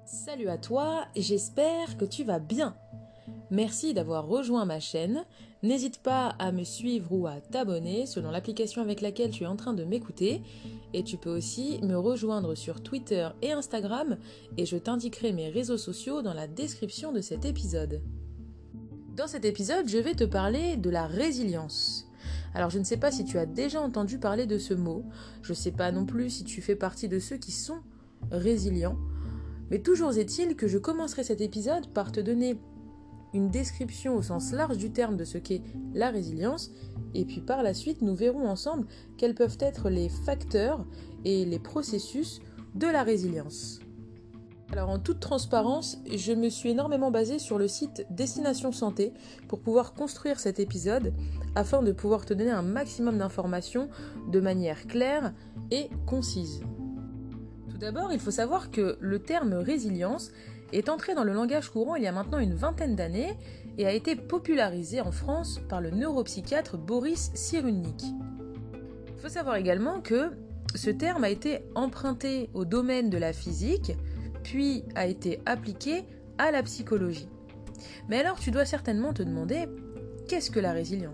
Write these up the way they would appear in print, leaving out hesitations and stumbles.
Salut à toi, j'espère que tu vas bien. Merci d'avoir rejoint ma chaîne. N'hésite pas à me suivre ou à t'abonner selon l'application avec laquelle tu es en train de m'écouter. Et tu peux aussi me rejoindre sur Twitter et Instagram et je t'indiquerai mes réseaux sociaux dans la description de cet épisode. Dans cet épisode, je vais te parler de la résilience. Alors je ne sais pas si tu as déjà entendu parler de ce mot. Je ne sais pas non plus si tu fais partie de ceux qui sont résilients. Mais toujours est-il que je commencerai cet épisode par te donner une description au sens large du terme de ce qu'est la résilience, et puis par la suite nous verrons ensemble quels peuvent être les facteurs et les processus de la résilience. Alors en toute transparence, je me suis énormément basée sur le site Destination Santé pour pouvoir construire cet épisode afin de pouvoir te donner un maximum d'informations de manière claire et concise. Tout d'abord, il faut savoir que le terme résilience est entré dans le langage courant il y a maintenant une vingtaine d'années et a été popularisé en France par le neuropsychiatre Boris Cyrulnik. Il faut savoir également que ce terme a été emprunté au domaine de la physique, puis a été appliqué à la psychologie. Mais alors tu dois certainement te demander, qu'est-ce que la résilience ?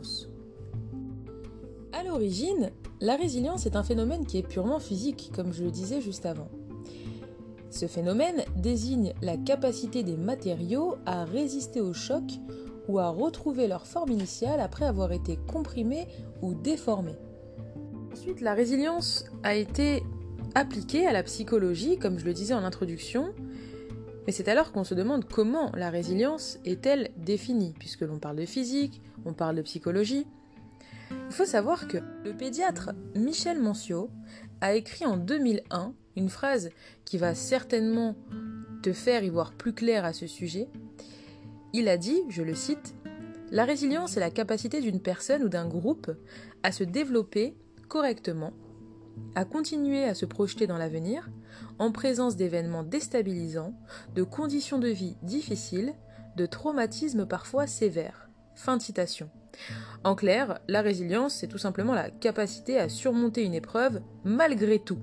À l'origine, la résilience est un phénomène qui est purement physique, comme je le disais juste avant. Ce phénomène désigne la capacité des matériaux à résister au choc ou à retrouver leur forme initiale après avoir été comprimés ou déformés. Ensuite, la résilience a été appliquée à la psychologie, comme je le disais en introduction, mais c'est alors qu'on se demande comment la résilience est-elle définie, puisque l'on parle de physique, on parle de psychologie. Il faut savoir que le pédiatre Michel Manciot a écrit en 2001 une phrase qui va certainement te faire y voir plus clair à ce sujet. Il a dit, je le cite, « La résilience est la capacité d'une personne ou d'un groupe à se développer correctement, à continuer à se projeter dans l'avenir, en présence d'événements déstabilisants, de conditions de vie difficiles, de traumatismes parfois sévères. » Fin de citation. En clair, la résilience, c'est tout simplement la capacité à surmonter une épreuve malgré tout.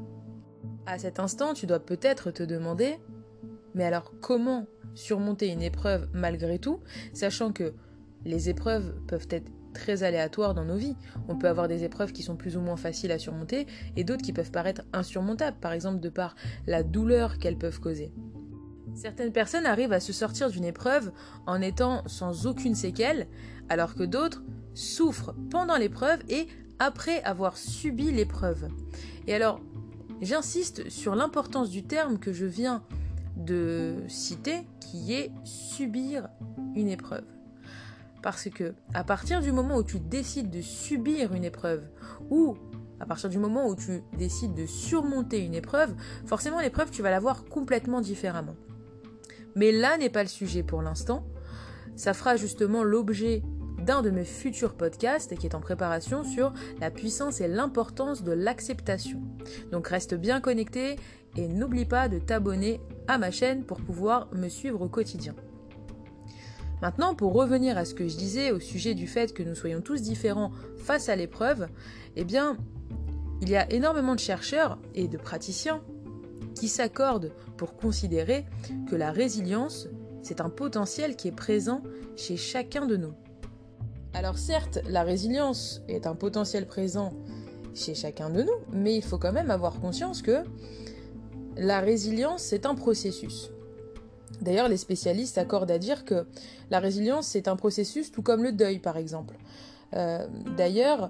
À cet instant, tu dois peut-être te demander, mais alors comment surmonter une épreuve malgré tout, sachant que les épreuves peuvent être très aléatoires dans nos vies. On peut avoir des épreuves qui sont plus ou moins faciles à surmonter et d'autres qui peuvent paraître insurmontables, par exemple de par la douleur qu'elles peuvent causer. Certaines personnes arrivent à se sortir d'une épreuve en étant sans aucune séquelle, alors que d'autres souffrent pendant l'épreuve et après avoir subi l'épreuve. Et alors, j'insiste sur l'importance du terme que je viens de citer, qui est subir une épreuve. Parce que, à partir du moment où tu décides de subir une épreuve, ou à partir du moment où tu décides de surmonter une épreuve, forcément l'épreuve, tu vas la voir complètement différemment. Mais là n'est pas le sujet pour l'instant. Ça fera justement l'objet d'un de mes futurs podcasts qui est en préparation sur la puissance et l'importance de l'acceptation. Donc reste bien connecté et n'oublie pas de t'abonner à ma chaîne pour pouvoir me suivre au quotidien. Maintenant, pour revenir à ce que je disais au sujet du fait que nous soyons tous différents face à l'épreuve, eh bien, il y a énormément de chercheurs et de praticiens qui s'accordent pour considérer que la résilience, c'est un potentiel qui est présent chez chacun de nous. Alors certes, la résilience est un potentiel présent chez chacun de nous, mais il faut quand même avoir conscience que la résilience, c'est un processus. D'ailleurs, les spécialistes accordent à dire que la résilience, c'est un processus tout comme le deuil, par exemple. D'ailleurs,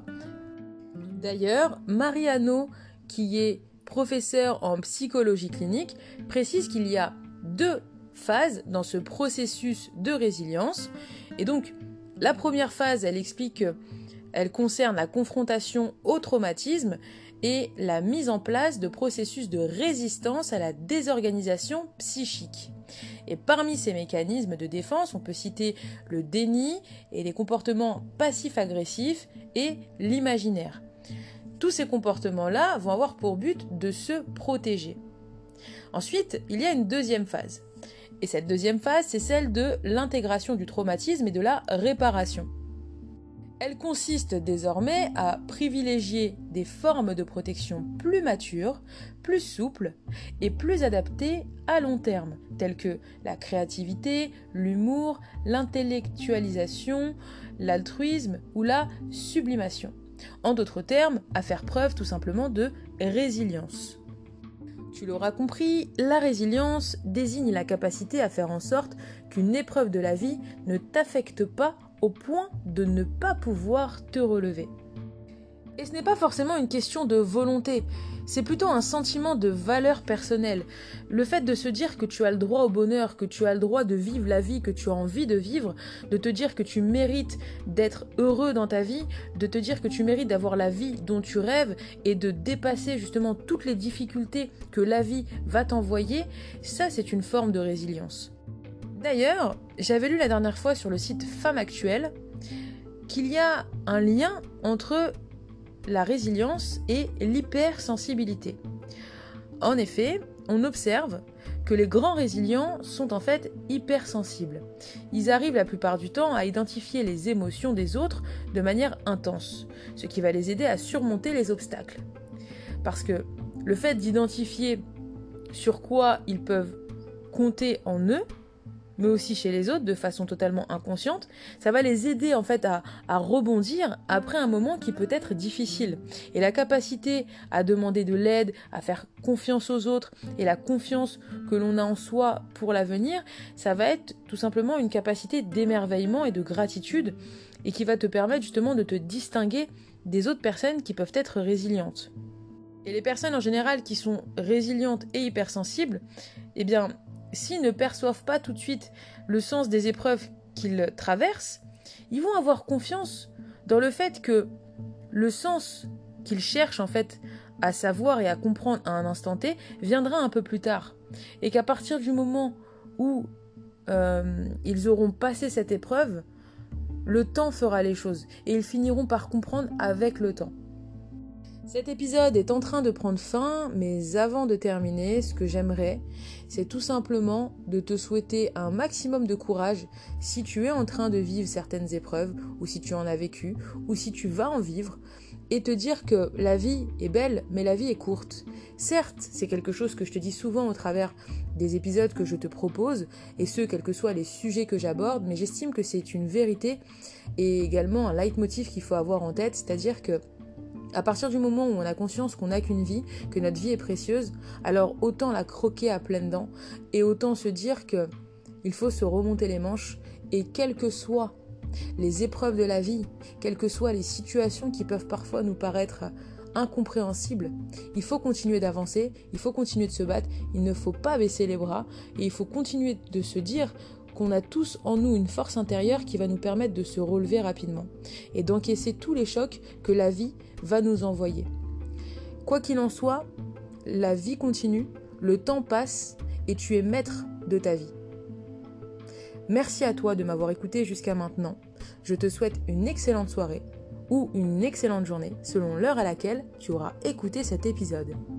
Mariano, qui est professeur en psychologie clinique, précise qu'il y a 2 phases dans ce processus de résilience. Et donc, la première phase, elle explique qu'elle concerne la confrontation au traumatisme et la mise en place de processus de résistance à la désorganisation psychique. Et parmi ces mécanismes de défense, on peut citer le déni et les comportements passifs-agressifs et l'imaginaire. Tous ces comportements-là vont avoir pour but de se protéger. Ensuite, il y a une deuxième phase. Et cette deuxième phase, c'est celle de l'intégration du traumatisme et de la réparation. Elle consiste désormais à privilégier des formes de protection plus matures, plus souples et plus adaptées à long terme, telles que la créativité, l'humour, l'intellectualisation, l'altruisme ou la sublimation. En d'autres termes, à faire preuve tout simplement de résilience. Tu l'auras compris, la résilience désigne la capacité à faire en sorte qu'une épreuve de la vie ne t'affecte pas au point de ne pas pouvoir te relever. Et ce n'est pas forcément une question de volonté, c'est plutôt un sentiment de valeur personnelle. Le fait de se dire que tu as le droit au bonheur, que tu as le droit de vivre la vie que tu as envie de vivre, de te dire que tu mérites d'être heureux dans ta vie, de te dire que tu mérites d'avoir la vie dont tu rêves et de dépasser justement toutes les difficultés que la vie va t'envoyer, ça c'est une forme de résilience. D'ailleurs, j'avais lu la dernière fois sur le site Femme Actuelle qu'il y a un lien entre la résilience et l'hypersensibilité. En effet, on observe que les grands résilients sont en fait hypersensibles. Ils arrivent la plupart du temps à identifier les émotions des autres de manière intense, ce qui va les aider à surmonter les obstacles. Parce que le fait d'identifier sur quoi ils peuvent compter en eux, mais aussi chez les autres de façon totalement inconsciente, ça va les aider en fait à rebondir après un moment qui peut être difficile. Et la capacité à demander de l'aide, à faire confiance aux autres et la confiance que l'on a en soi pour l'avenir, ça va être tout simplement une capacité d'émerveillement et de gratitude et qui va te permettre justement de te distinguer des autres personnes qui peuvent être résilientes. Et les personnes en général qui sont résilientes et hypersensibles, eh bien, s'ils ne perçoivent pas tout de suite le sens des épreuves qu'ils traversent, ils vont avoir confiance dans le fait que le sens qu'ils cherchent en fait à savoir et à comprendre à un instant T viendra un peu plus tard. Et qu'à partir du moment où ils auront passé cette épreuve, le temps fera les choses et ils finiront par comprendre avec le temps. Cet épisode est en train de prendre fin, mais avant de terminer, ce que j'aimerais, c'est tout simplement de te souhaiter un maximum de courage si tu es en train de vivre certaines épreuves, ou si tu en as vécu, ou si tu vas en vivre, et te dire que la vie est belle, mais la vie est courte. Certes, c'est quelque chose que je te dis souvent au travers des épisodes que je te propose, et ce, quels que soient les sujets que j'aborde, mais j'estime que c'est une vérité et également un leitmotiv qu'il faut avoir en tête, c'est-à-dire que à partir du moment où on a conscience qu'on n'a qu'une vie, que notre vie est précieuse, alors autant la croquer à pleines dents et autant se dire que il faut se remonter les manches et quelles que soient les épreuves de la vie, quelles que soient les situations qui peuvent parfois nous paraître incompréhensibles, il faut continuer d'avancer, il faut continuer de se battre, il ne faut pas baisser les bras et il faut continuer de se dire qu'on a tous en nous une force intérieure qui va nous permettre de se relever rapidement et d'encaisser tous les chocs que la vie va nous envoyer. Quoi qu'il en soit, la vie continue, le temps passe et tu es maître de ta vie. Merci à toi de m'avoir écouté jusqu'à maintenant. Je te souhaite une excellente soirée ou une excellente journée selon l'heure à laquelle tu auras écouté cet épisode.